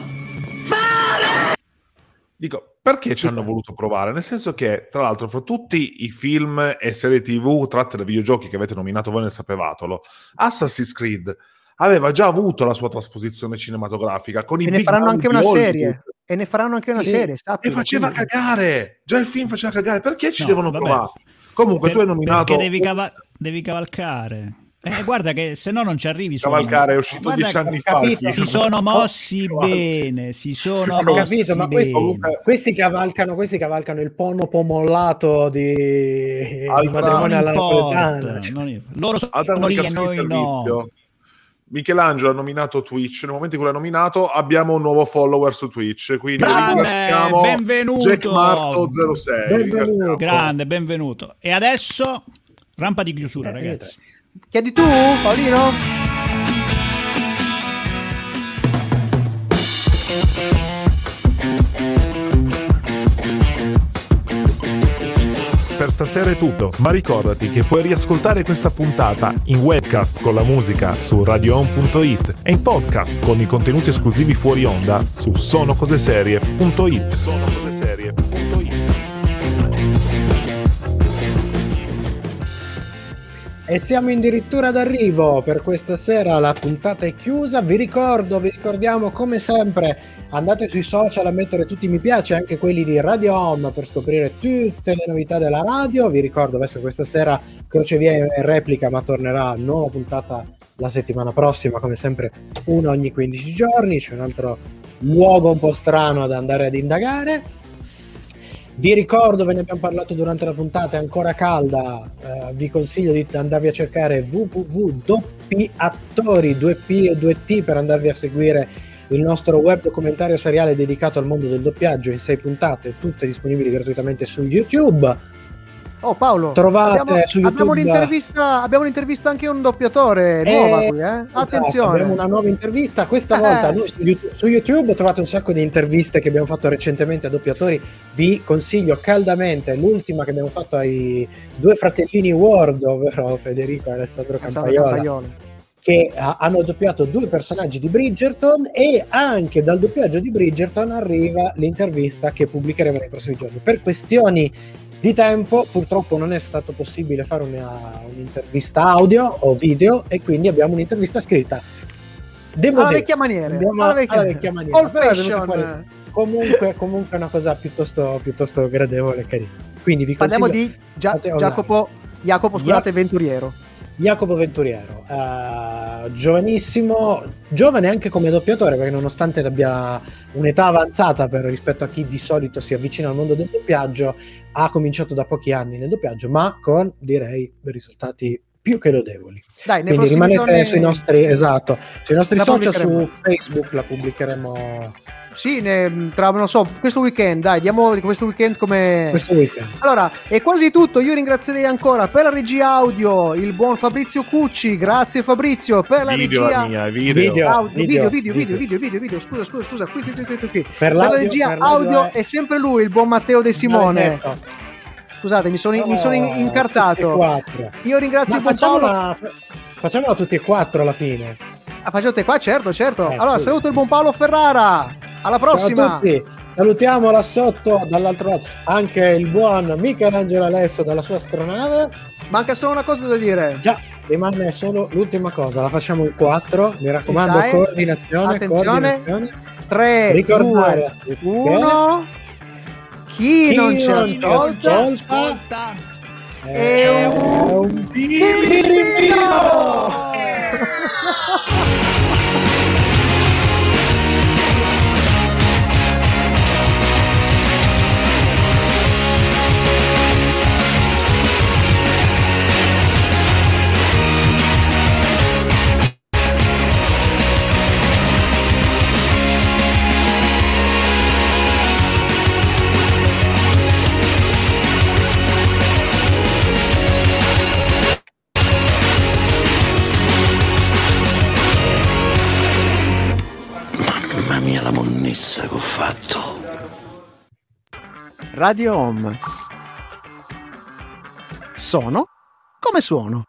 fare! Dico, perché ci hanno voluto provare? Nel senso che, tra l'altro, fra tutti i film e serie TV tratte da videogiochi che avete nominato voi nel Sapevatelo, Assassin's Creed aveva già avuto la sua trasposizione cinematografica con e ne faranno anche una serie. E ne faranno anche una serie. E faceva cagare. Già il film faceva cagare. Perché ci devono provare? Comunque tu hai nominato... Perché devi cavalcare. Guarda che se no non ci arrivi. Cavalcare è uscito 10 anni fa. Si sono mossi bene. Ho capito, ma questi cavalcano il pono pomollato di matrimonio alla napoletana. Loro sono lì e noi no. Michelangelo ha nominato Twitch. Nel momento in cui l'ha nominato abbiamo un nuovo follower su Twitch, quindi ringraziamo Jack Marto 06. Benvenuto. E adesso rampa di chiusura, ragazzi. Chiedi tu, Paolino? Per questa sera è tutto, ma ricordati che puoi riascoltare questa puntata in webcast con la musica su radioon.it e in podcast con i contenuti esclusivi fuori onda su sonocoseserie.it. E siamo addirittura d'arrivo per questa sera, la puntata è chiusa. Vi ricordiamo come sempre, andate sui social a mettere tutti i mi piace, anche quelli di Radio Home, per scoprire tutte le novità della radio. Vi ricordo adesso questa sera Crocevia in replica, ma tornerà nuova puntata la settimana prossima, come sempre una ogni 15 giorni. C'è un altro luogo un po' strano da andare ad indagare. Vi ricordo, ve ne abbiamo parlato durante la puntata, è ancora calda, vi consiglio di andarvi a cercare www.doppiattori 2P e 2T per andarvi a seguire il nostro web documentario seriale dedicato al mondo del doppiaggio in 6 puntate, tutte disponibili gratuitamente su YouTube. Oh Paolo, trovate su YouTube abbiamo un'intervista anche a un doppiatore nuova qui, attenzione. Esatto, abbiamo una nuova intervista questa volta noi su YouTube trovate un sacco di interviste che abbiamo fatto recentemente a doppiatori. Vi consiglio caldamente l'ultima che abbiamo fatto ai due fratellini Ward, ovvero Federico e Alessandro Campaiola, che hanno doppiato 2 personaggi di Bridgerton, e anche dal doppiaggio di Bridgerton arriva l'intervista che pubblicheremo nei prossimi giorni. Per questioni di tempo purtroppo non è stato possibile fare un'intervista audio o video, e quindi abbiamo un'intervista scritta alla vecchia maniera, old fashion. Comunque è una cosa piuttosto gradevole e carina. Quindi vi parliamo di Jacopo Venturiero, giovanissimo, giovane anche come doppiatore, perché nonostante abbia un'età avanzata rispetto a chi di solito si avvicina al mondo del doppiaggio, ha cominciato da pochi anni nel doppiaggio, ma con, direi, risultati più che lodevoli. Dai, quindi rimanete sui nostri social, su Facebook la pubblicheremo. Sì, non so, questo weekend, dai, diamo questo weekend come... Questo weekend. Allora, è quasi tutto. Io ringrazierei ancora per la regia audio il buon Fabrizio Cucci. Grazie Fabrizio per la regia video. Scusa, qui. Per la regia audio è sempre lui, il buon Matteo De Simone. Scusate, mi sono incartato. Io ringrazio il buon Paolo. Facciamola tutti e 4 alla fine. Facciate qua, certo. Allora, saluto il buon Paolo Ferrara. Alla prossima. Ciao a tutti. Salutiamo là sotto, dall'altro lato, anche il buon Michelangelo Alesso dalla sua astronave. Manca solo una cosa da dire. Già, rimane solo l'ultima cosa. La facciamo in 4. Mi raccomando, coordinazione. Attenzione. 3, 2, 1. Chi non ci ascolta è un bambino. La monnezza che ho fatto. Radio Home. Sono come suono.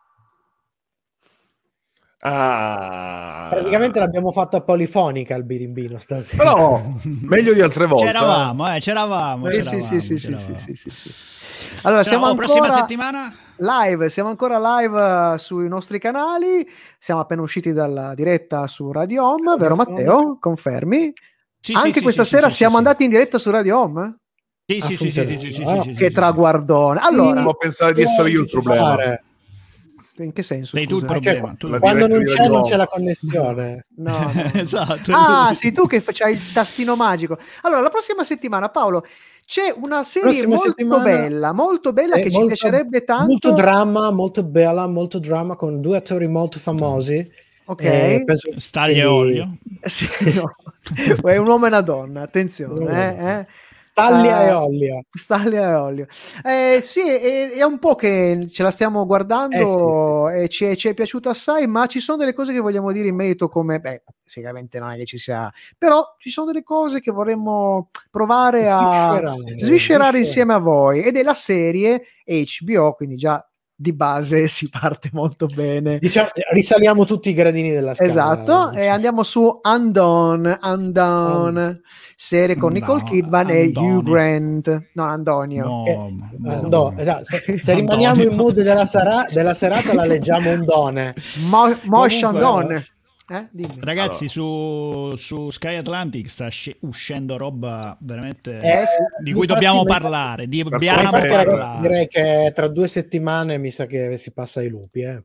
Praticamente l'abbiamo fatta polifonica il birimbino stasera. Però meglio di altre volte. C'eravamo. Sì. Allora, siamo ancora prossima settimana live, sui nostri canali. Siamo appena usciti dalla diretta su Radio Home, vero Matteo? Confermi? Anche questa sera siamo andati in diretta su Radio Home? Sì. Che traguardone. Allora, devo pensare di essere io il problema. In che senso? Sei tu il problema. Quando non c'è la connessione. No. Esatto. Sei tu che fai il tastino magico. Allora, la prossima settimana, Paolo, c'è una serie molto bella che ci piacerebbe tanto. Molto bella, con 2 attori molto famosi. Ok. Staglia e olio. Sì, no. È un uomo e una donna, attenzione. Staglia e Olio. Staglia e Olio. Sì, è un po' che ce la stiamo guardando e ci è piaciuto assai, ma ci sono delle cose che vogliamo dire in merito come, sicuramente non è che ci sia, però ci sono delle cose che vorremmo provare a sviscerare insieme a voi, ed è la serie HBO, quindi già di base si parte molto bene. Diciamo, risaliamo tutti i gradini della scala. Esatto, e andiamo su Undone, serie con Nicole Kidman e Hugh Grant. No, Antonio. Se rimaniamo in mood della serata la leggiamo Undone. Motion Undone. Ragazzi, su Sky Atlantic sta uscendo roba veramente di cui dobbiamo parlare. Direi che tra 2 settimane mi sa che si passa ai lupi. Sì,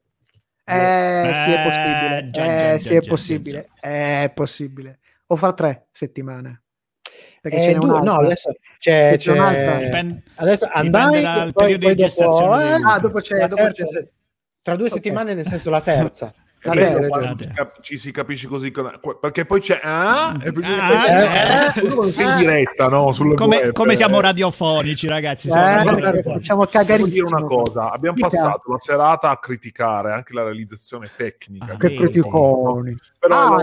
è possibile. È possibile. O fra 3 settimane. Perché ce n'è un'altra. No, adesso c'è adesso dipende dal periodo di gestazione. Dopo c'è tra 2 settimane, nel senso la terza. Ci si capisce così perché poi c'è non sei in diretta, no? Come siamo radiofonici, ragazzi, facciamo cagare. Devo dire una cosa, abbiamo passato la serata a criticare anche la realizzazione tecnica, che criticoni, però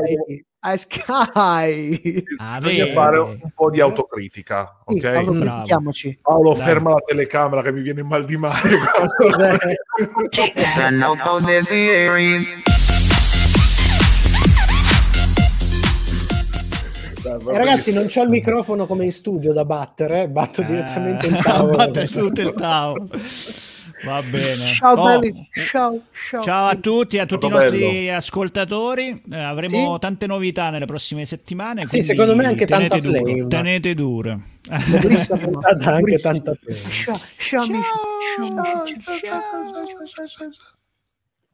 Sky bisogna fare un po' di autocritica, ok? Paolo, ferma la telecamera che mi viene mal di mare. Ragazzi, non c'ho il microfono come in studio da battere, batto direttamente il tavolo. Batte tutto il tavolo. Va bene. Ciao belli. Ciao a tutti i nostri ascoltatori. Avremo tante novità nelle prossime settimane. Sì, secondo me anche tanta flame. Tenete duro. Anche tanta flame. Ciao.